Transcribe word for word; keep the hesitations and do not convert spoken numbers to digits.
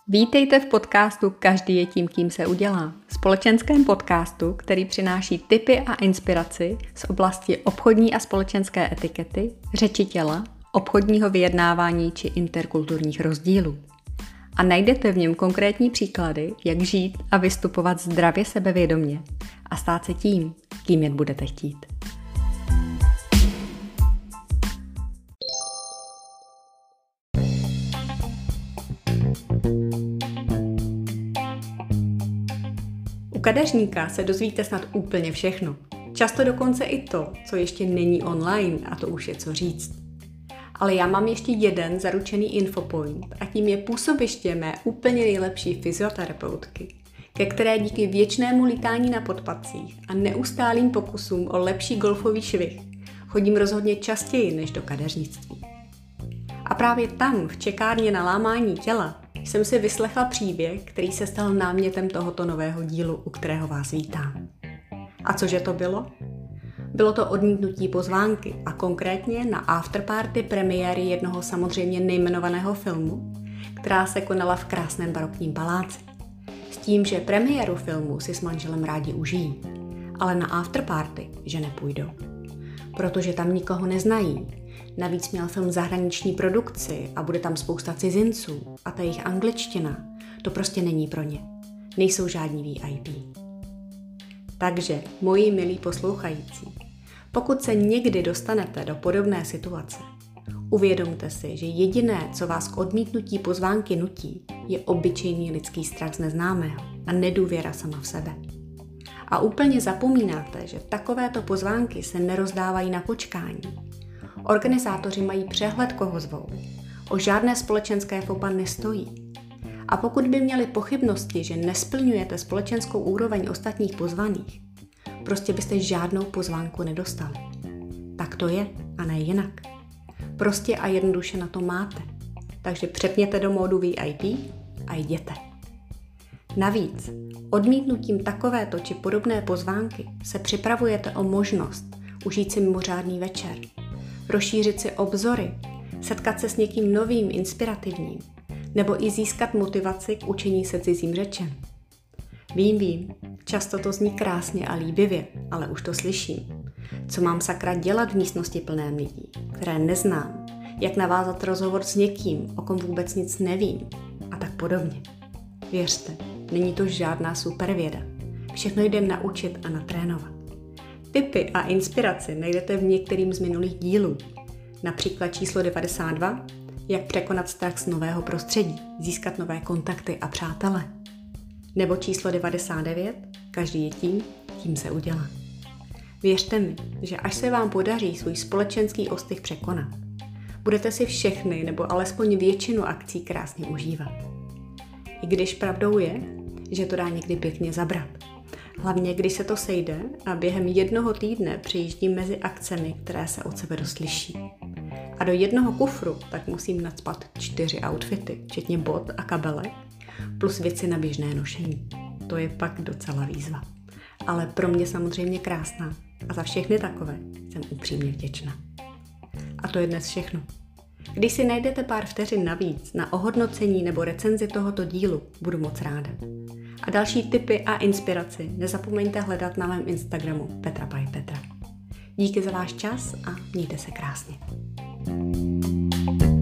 Vítejte v podcastu Každý je tím, kým se udělá. Společenském podcastu, který přináší tipy a inspiraci z oblasti obchodní a společenské etikety, řeči těla, obchodního vyjednávání či interkulturních rozdílů. A najdete v něm konkrétní příklady, jak žít a vystupovat zdravě sebevědomě a stát se tím, kým jen budete chtít. U kadeřníka se dozvíte snad úplně všechno. Často dokonce i to, co ještě není online, a to už je co říct. Ale já mám ještě jeden zaručený infopoint a tím je působiště mé úplně nejlepší fyzioterapeutky, ke které díky věčnému lítání na podpatcích a neustálým pokusům o lepší golfový švih chodím rozhodně častěji než do kadeřnictví. A právě tam, v čekárně na lámání těla, jsem si vyslechla příběh, který se stal námětem tohoto nového dílu, u kterého vás vítám. A cože to bylo? Bylo to odmítnutí pozvánky a konkrétně na afterparty premiéry jednoho samozřejmě nejmenovaného filmu, která se konala v krásném barokním paláci. S tím, že premiéru filmu si s manželem rádi užijí, ale na afterparty, že nepůjdou. Protože tam nikoho neznají. Navíc měl film zahraniční produkci a bude tam spousta cizinců a ta jejich angličtina, to prostě není pro ně. Nejsou žádní V I P. Takže, moji milí poslouchající, pokud se někdy dostanete do podobné situace, uvědomte si, že jediné, co vás k odmítnutí pozvánky nutí, je obyčejný lidský strach z neznámého a nedůvěra sama v sebe. A úplně zapomínáte, že takovéto pozvánky se nerozdávají na počkání. Organizátoři mají přehled, koho zvou. O žádné společenské fopa nestojí. A pokud by měli pochybnosti, že nesplňujete společenskou úroveň ostatních pozvaných, prostě byste žádnou pozvánku nedostali. Tak to je a ne jinak. Prostě a jednoduše na to máte. Takže přepněte do módu V I P a jděte. Navíc, odmítnutím takovéto či podobné pozvánky se připravujete o možnost užít si mimořádný večer, rozšířit si obzory, setkat se s někým novým, inspirativním, nebo i získat motivaci k učení se cizím řečem. Vím, vím, často to zní krásně a líbivě, ale už to slyším. Co mám sakra dělat v místnosti plné lidí, které neznám, jak navázat rozhovor s někým, o kom vůbec nic nevím a tak podobně. Věřte, není to žádná supervěda. Všechno jde naučit a natrénovat. Tipy a inspiraci najdete v některým z minulých dílů. Například číslo devadesát dva, jak překonat strach z nového prostředí, získat nové kontakty a přátele. Nebo číslo devadesát devět, každý je tím, tím se udělá. Věřte mi, že až se vám podaří svůj společenský ostych překonat, budete si všechny nebo alespoň většinu akcí krásně užívat. I když pravdou je, že to dá někdy pěkně zabrat. Hlavně, když se to sejde a během jednoho týdne přejíždím mezi akcemi, které se od sebe dost liší. A do jednoho kufru tak musím nacpat čtyři outfity, včetně bot a kabelek, plus věci na běžné nošení. To je pak docela výzva. Ale pro mě samozřejmě krásná a za všechny takové jsem upřímně vděčná. A to je dnes všechno. Když si najdete pár vteřin navíc na ohodnocení nebo recenzi tohoto dílu, budu moc ráda. A další tipy a inspiraci nezapomeňte hledat na mém Instagramu Petra by Petra. Díky za váš čas a mějte se krásně.